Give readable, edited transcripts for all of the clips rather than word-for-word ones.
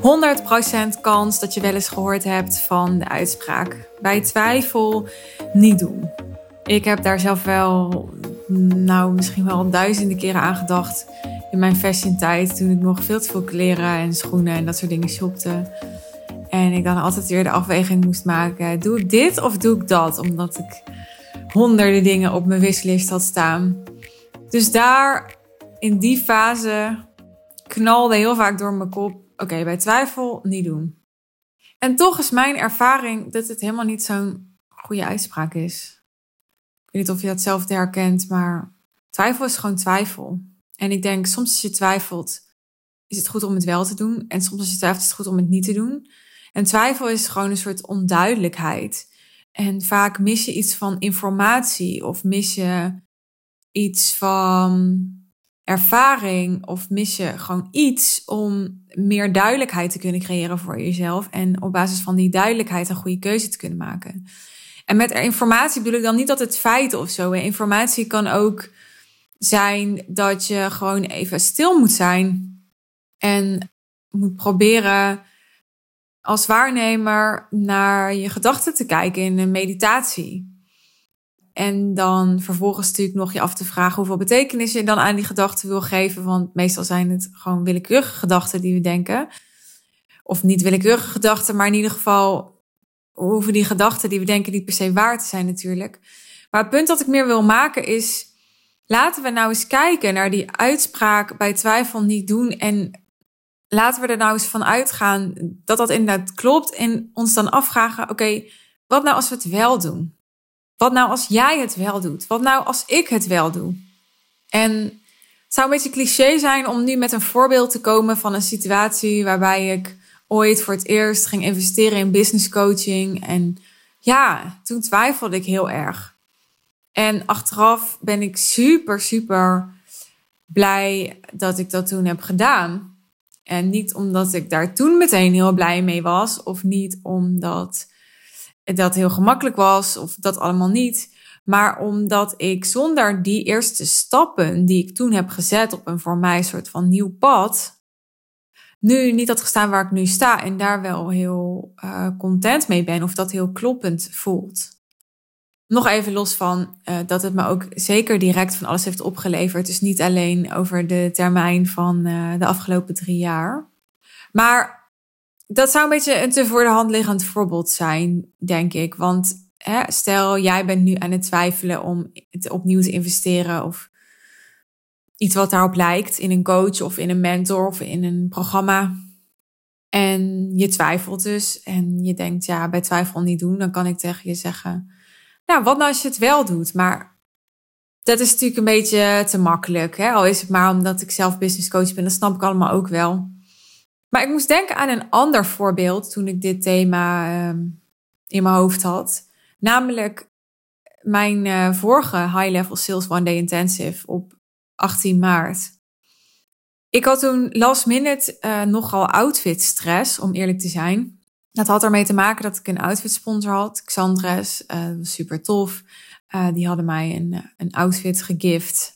100% kans dat je wel eens gehoord hebt van de uitspraak: bij twijfel niet doen. Ik heb daar zelf wel, misschien wel duizenden keren aan gedacht in mijn fashiontijd, toen ik nog veel te veel kleren en schoenen en dat soort dingen shopte. En ik dan altijd weer de afweging moest maken: doe ik dit of doe ik dat? Omdat ik honderden dingen op mijn wishlist had staan. Dus daar, in die fase, knalde heel vaak door mijn kop: oké, bij twijfel niet doen. En toch is mijn ervaring dat het helemaal niet zo'n goede uitspraak is. Ik weet niet of je dat zelf herkent, maar twijfel is gewoon twijfel. En ik denk, soms als je twijfelt, is het goed om het wel te doen. En soms als je twijfelt, is het goed om het niet te doen. En twijfel is gewoon een soort onduidelijkheid. En vaak mis je iets van informatie of mis je iets van ervaring of mis je gewoon iets om meer duidelijkheid te kunnen creëren voor jezelf en op basis van die duidelijkheid een goede keuze te kunnen maken. En met informatie bedoel ik dan niet dat het feiten of zo. Informatie kan ook zijn dat je gewoon even stil moet zijn en moet proberen als waarnemer naar je gedachten te kijken in een meditatie. En dan vervolgens natuurlijk nog je af te vragen hoeveel betekenis je dan aan die gedachten wil geven. Want meestal zijn het gewoon willekeurige gedachten die we denken. Of niet willekeurige gedachten, maar in ieder geval hoeven die gedachten die we denken niet per se waar te zijn natuurlijk. Maar het punt dat ik meer wil maken is: laten we nou eens kijken naar die uitspraak bij twijfel niet doen. En laten we er nou eens van uitgaan dat dat inderdaad klopt. En ons dan afvragen: oké, wat nou als we het wel doen? Wat nou als jij het wel doet? Wat nou als ik het wel doe? En het zou een beetje cliché zijn om nu met een voorbeeld te komen van een situatie waarbij ik ooit voor het eerst ging investeren in business coaching. En ja, toen twijfelde ik heel erg. En achteraf ben ik super blij dat ik dat toen heb gedaan. En niet omdat ik daar toen meteen heel blij mee was, of niet omdat dat heel gemakkelijk was, of dat allemaal niet. Maar omdat ik zonder die eerste stappen die ik toen heb gezet op een voor mij soort van nieuw pad, nu niet had gestaan waar ik nu sta en daar wel heel content mee ben, of dat heel kloppend voelt. Nog even los van dat het me ook zeker direct van alles heeft opgeleverd. Dus niet alleen over de termijn van de afgelopen 3 jaar. Maar dat zou een beetje een te voor de hand liggend voorbeeld zijn, denk ik. Want stel, jij bent nu aan het twijfelen om opnieuw te investeren of iets wat daarop lijkt in een coach of in een mentor of in een programma. En je twijfelt dus en je denkt, ja, bij twijfel niet doen. Dan kan ik tegen je zeggen, nou, wat nou als je het wel doet? Maar dat is natuurlijk een beetje te makkelijk. Al is het maar omdat ik zelf business coach ben, dat snap ik allemaal ook wel. Maar ik moest denken aan een ander voorbeeld toen ik dit thema in mijn hoofd had. Namelijk mijn vorige High Level Sales One Day Intensive op 18 maart. Ik had toen last minute nogal outfit stress, om eerlijk te zijn. Dat had ermee te maken dat ik een outfit sponsor had, Xandres. Dat was super tof. Die hadden mij een outfit gegift.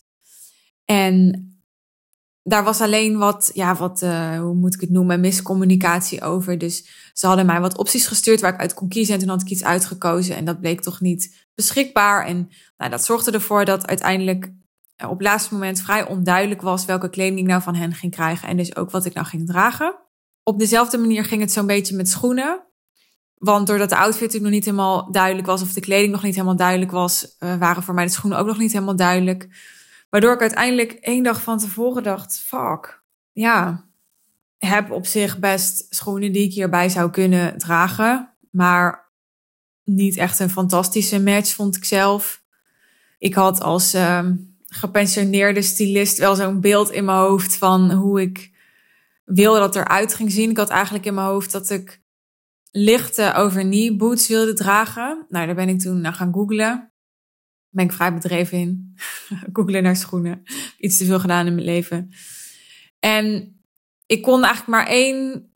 En daar was alleen hoe moet ik het noemen, miscommunicatie over. Dus ze hadden mij wat opties gestuurd waar ik uit kon kiezen. En toen had ik iets uitgekozen en dat bleek toch niet beschikbaar. En dat zorgde ervoor dat uiteindelijk op het laatste moment vrij onduidelijk was welke kleding ik nou van hen ging krijgen. En dus ook wat ik nou ging dragen. Op dezelfde manier ging het zo'n beetje met schoenen. Want doordat de outfit natuurlijk nog niet helemaal duidelijk was, of de kleding nog niet helemaal duidelijk was, waren voor mij de schoenen ook nog niet helemaal duidelijk. Waardoor ik uiteindelijk 1 dag van tevoren dacht, fuck, ja, heb op zich best schoenen die ik hierbij zou kunnen dragen. Maar niet echt een fantastische match, vond ik zelf. Ik had als gepensioneerde stylist wel zo'n beeld in mijn hoofd van hoe ik wilde dat eruit ging zien. Ik had eigenlijk in mijn hoofd dat ik lichte overknee boots wilde dragen. Nou, daar ben ik toen naar gaan googlen. Ben ik vrij bedreven in. Googlen naar schoenen. Iets te veel gedaan in mijn leven. En ik kon eigenlijk maar 1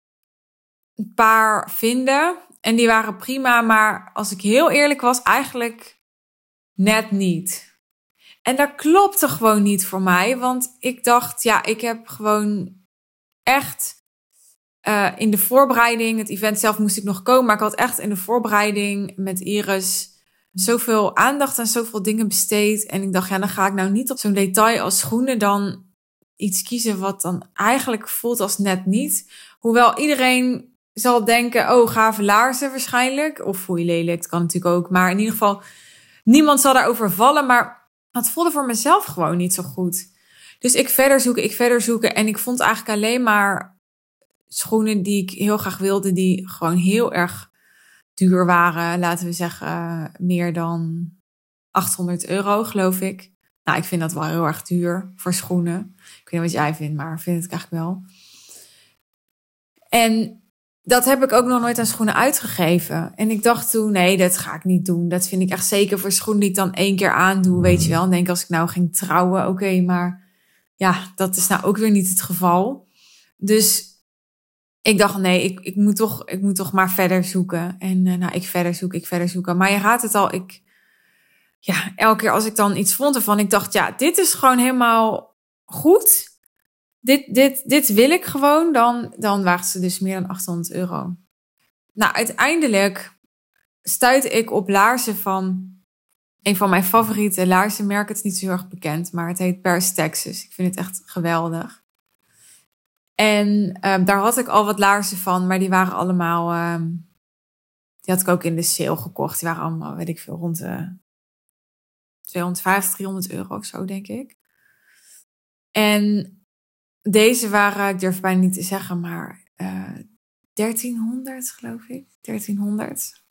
paar vinden. En die waren prima. Maar als ik heel eerlijk was, eigenlijk net niet. En dat klopte gewoon niet voor mij. Want ik dacht, ja, ik heb gewoon echt in de voorbereiding, het event zelf moest ik nog komen, maar ik had echt in de voorbereiding met Iris zoveel aandacht aan zoveel dingen besteed. En ik dacht, ja, dan ga ik nou niet op zo'n detail als schoenen dan iets kiezen wat dan eigenlijk voelt als net niet. Hoewel iedereen zal denken, oh, gave laarzen waarschijnlijk. Of voel je lelijk, dat kan natuurlijk ook. Maar in ieder geval, niemand zal daarover vallen. Maar het voelde voor mezelf gewoon niet zo goed. Dus ik verder zoeken. En ik vond eigenlijk alleen maar schoenen die ik heel graag wilde, die gewoon heel erg duur waren. Laten we zeggen, meer dan €800, geloof ik. Nou, ik vind dat wel heel erg duur voor schoenen. Ik weet niet wat jij vindt, maar vind het eigenlijk wel. En dat heb ik ook nog nooit aan schoenen uitgegeven. En ik dacht toen, nee, dat ga ik niet doen. Dat vind ik echt zeker voor schoenen die ik dan 1 keer aandoe, weet je wel. En denk als ik nou ging trouwen, oké, maar ja, dat is nou ook weer niet het geval. Dus ik dacht, nee, ik moet toch maar verder zoeken. En ik verder zoeken. Maar je raadt het al, elke keer als ik dan iets vond ervan, ik dacht, ja, dit is gewoon helemaal goed. Dit wil ik gewoon. Dan waagt ze dus meer dan €800. Nou, uiteindelijk stuitte ik op laarzen van een van mijn favoriete laarzenmerken. Het is niet zo heel erg bekend, maar het heet Paris Texas. Ik vind het echt geweldig. En daar had ik al wat laarzen van, maar die waren allemaal, die had ik ook in de sale gekocht. Die waren allemaal, weet ik veel, rond de €250, €300 of zo, denk ik. En deze waren, ik durf bijna niet te zeggen, maar €1300, geloof ik. €1300.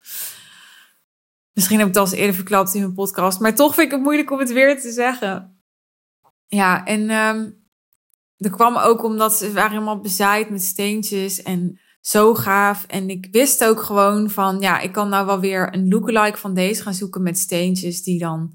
Misschien heb ik het al eens eerder verklapt in mijn podcast, maar toch vind ik het moeilijk om het weer te zeggen. Ja, en dat kwam ook omdat ze waren helemaal bezaaid met steentjes en zo gaaf. En ik wist ook gewoon van, ja, ik kan nou wel weer een lookalike van deze gaan zoeken met steentjes die dan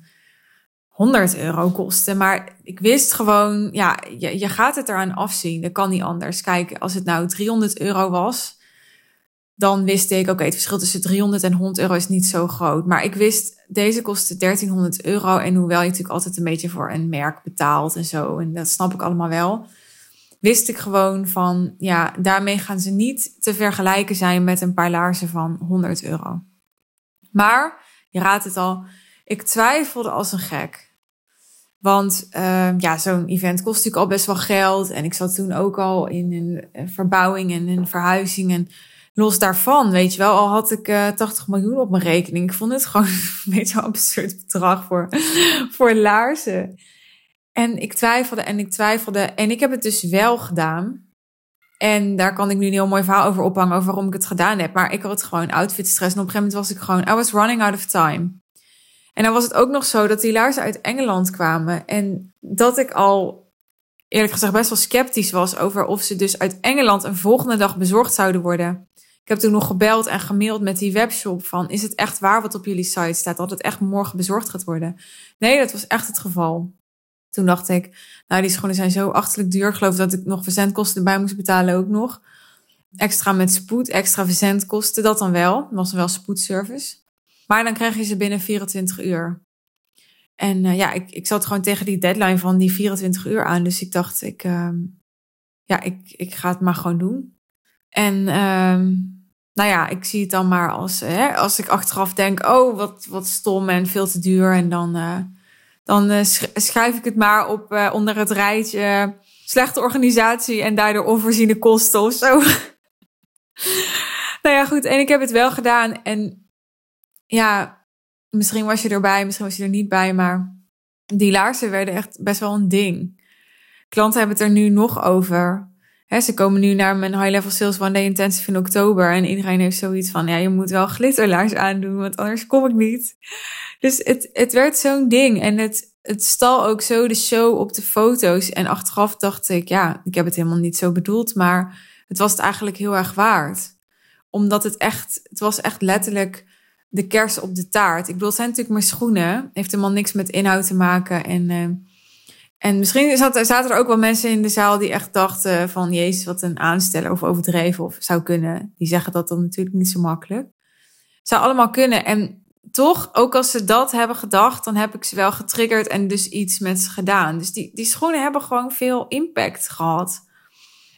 €100 kosten. Maar ik wist gewoon, ja, je gaat het eraan afzien. Dat kan niet anders. Kijk, als het nou €300 was, dan wist ik, oké, het verschil tussen €300 en €100 is niet zo groot. Maar ik wist, deze kostte €1300. En hoewel je natuurlijk altijd een beetje voor een merk betaalt en zo, en dat snap ik allemaal wel, wist ik gewoon van, ja, daarmee gaan ze niet te vergelijken zijn met een paar laarzen van €100. Maar, je raadt het al, ik twijfelde als een gek. Want zo'n event kost natuurlijk al best wel geld. En ik zat toen ook al in een verbouwing en een verhuizing. En los daarvan, weet je wel, al had ik 80 miljoen op mijn rekening. Ik vond het gewoon een beetje een absurd bedrag voor laarzen. En ik twijfelde. En ik heb het dus wel gedaan. En daar kan ik nu een heel mooi verhaal over ophangen, over waarom ik het gedaan heb. Maar ik had gewoon outfitstress. En op een gegeven moment was ik gewoon, I was running out of time. En dan was het ook nog zo dat die laarzen uit Engeland kwamen. En dat ik al, eerlijk gezegd, best wel sceptisch was over of ze dus uit Engeland een volgende dag bezorgd zouden worden. Ik heb toen nog gebeld en gemaild met die webshop van, is het echt waar wat op jullie site staat? Dat het echt morgen bezorgd gaat worden? Nee, dat was echt het geval. Toen dacht ik, nou, die schoenen zijn zo achterlijk duur. Ik geloof dat ik nog verzendkosten erbij moest betalen ook nog. Extra met spoed, extra verzendkosten, dat dan wel. Dat was wel spoedservice. Maar dan krijg je ze binnen 24 uur. En ik zat gewoon tegen die deadline van die 24 uur aan. Dus ik dacht, ik ga het maar gewoon doen. En ik zie het dan maar als ik achteraf denk, oh, wat stom en veel te duur. En dan schrijf ik het maar op onder het rijtje slechte organisatie en daardoor onvoorziene kosten of zo. Nou ja, goed. En ik heb het wel gedaan. En ja, misschien was je erbij, misschien was je er niet bij, maar die laarzen werden echt best wel een ding. Klanten hebben het er nu nog over. Ze komen nu naar mijn High-Level Sales One Day Intensive in oktober en iedereen heeft zoiets van, ja, je moet wel glitterlaars aandoen, want anders kom ik niet. Dus het werd zo'n ding en het stal ook zo de show op de foto's. En achteraf dacht ik, ja, ik heb het helemaal niet zo bedoeld, maar het was het eigenlijk heel erg waard. Omdat het was echt letterlijk de kers op de taart. Ik bedoel, het zijn natuurlijk maar schoenen. Heeft helemaal niks met inhoud te maken. En misschien zaten er ook wel mensen in de zaal die echt dachten van, jezus, wat een aansteller of overdreven of zou kunnen. Die zeggen dat dan natuurlijk niet zo makkelijk. Zou allemaal kunnen. En toch, ook als ze dat hebben gedacht, dan heb ik ze wel getriggerd en dus iets met ze gedaan. Dus die schoenen hebben gewoon veel impact gehad.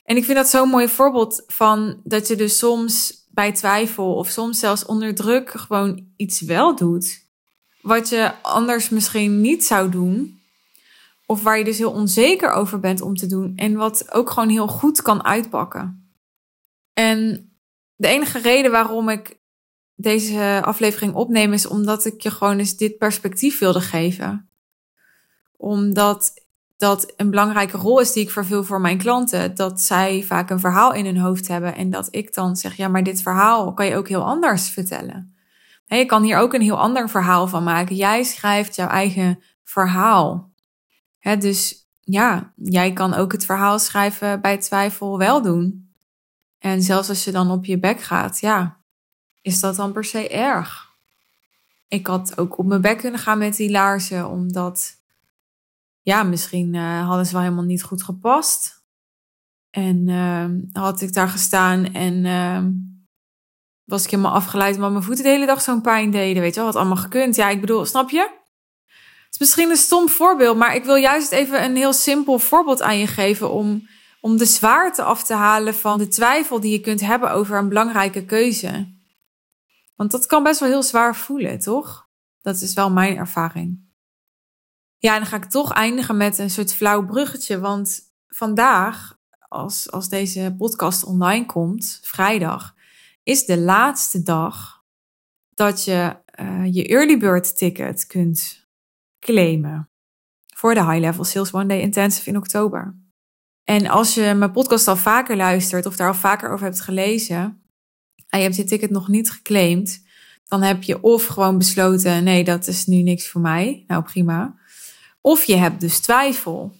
En ik vind dat zo'n mooi voorbeeld van dat je dus soms bij twijfel of soms zelfs onder druk gewoon iets wel doet. Wat je anders misschien niet zou doen. Of waar je dus heel onzeker over bent om te doen. En wat ook gewoon heel goed kan uitpakken. En de enige reden waarom ik deze aflevering opneem is omdat ik je gewoon eens dit perspectief wilde geven. Omdat dat een belangrijke rol is die ik vervul voor mijn klanten. Dat zij vaak een verhaal in hun hoofd hebben. En dat ik dan zeg, ja, maar dit verhaal kan je ook heel anders vertellen. Je kan hier ook een heel ander verhaal van maken. Jij schrijft jouw eigen verhaal. Dus ja, jij kan ook het verhaal schrijven bij twijfel wel doen. En zelfs als je dan op je bek gaat, ja, is dat dan per se erg? Ik had ook op mijn bek kunnen gaan met die laarzen, omdat ja, misschien hadden ze wel helemaal niet goed gepast. En had ik daar gestaan en was ik helemaal afgeleid omdat mijn voeten de hele dag zo'n pijn deden. Weet je wel, had allemaal gekund. Ja, ik bedoel, snap je? Het is misschien een stom voorbeeld, maar ik wil juist even een heel simpel voorbeeld aan je geven om de zwaarte af te halen van de twijfel die je kunt hebben over een belangrijke keuze. Want dat kan best wel heel zwaar voelen, toch? Dat is wel mijn ervaring. Ja, en dan ga ik toch eindigen met een soort flauw bruggetje. Want vandaag, als deze podcast online komt, vrijdag, is de laatste dag dat je je early bird ticket kunt claimen voor de High Level Sales One Day Intensive in oktober. En als je mijn podcast al vaker luistert of daar al vaker over hebt gelezen en je hebt je ticket nog niet geclaimd, dan heb je of gewoon besloten, nee, dat is nu niks voor mij. Nou, prima. Of je hebt dus twijfel.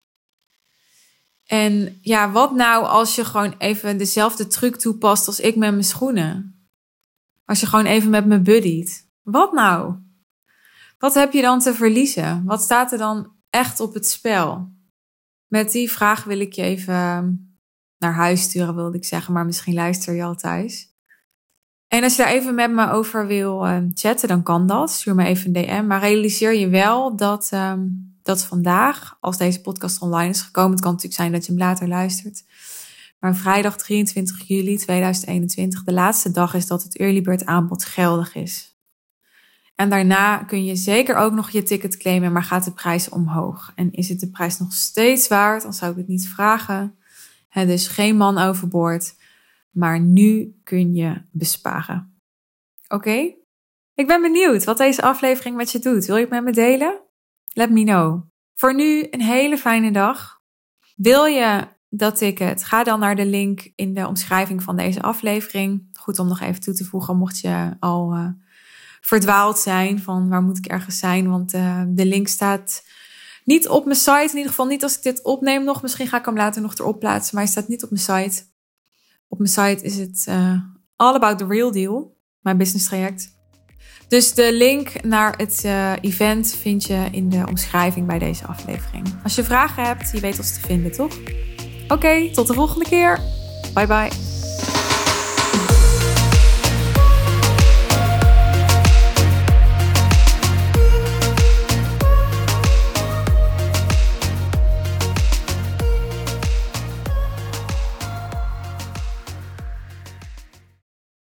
En ja, wat nou als je gewoon even dezelfde truc toepast als ik met mijn schoenen? Als je gewoon even met me buddiet. Wat nou? Wat heb je dan te verliezen? Wat staat er dan echt op het spel? Met die vraag wil ik je even naar huis sturen, wilde ik zeggen. Maar misschien luister je al thuis. En als je daar even met me over wil chatten, dan kan dat. Stuur me even een DM. Maar realiseer je wel dat vandaag, als deze podcast online is gekomen, het kan natuurlijk zijn dat je hem later luistert, maar vrijdag 23 juli 2021 de laatste dag is dat het early bird aanbod geldig is. En daarna kun je zeker ook nog je ticket claimen, maar gaat de prijs omhoog. En is het de prijs nog steeds waard, dan zou ik het niet vragen. Dus geen man overboord, maar nu kun je besparen. Oké? Ik ben benieuwd wat deze aflevering met je doet. Wil je het met me delen? Let me know. Voor nu een hele fijne dag. Wil je dat ticket? Ga dan naar de link in de omschrijving van deze aflevering. Goed om nog even toe te voegen, mocht je al verdwaald zijn van waar moet ik ergens zijn. Want de link staat niet op mijn site. In ieder geval niet als ik dit opneem nog. Misschien ga ik hem later nog erop plaatsen, maar hij staat niet op mijn site. Op mijn site is het All About The Real Deal, mijn business traject. Dus de link naar het event vind je in de omschrijving bij deze aflevering. Als je vragen hebt, je weet ons te vinden, toch? Oké, tot de volgende keer. Bye bye.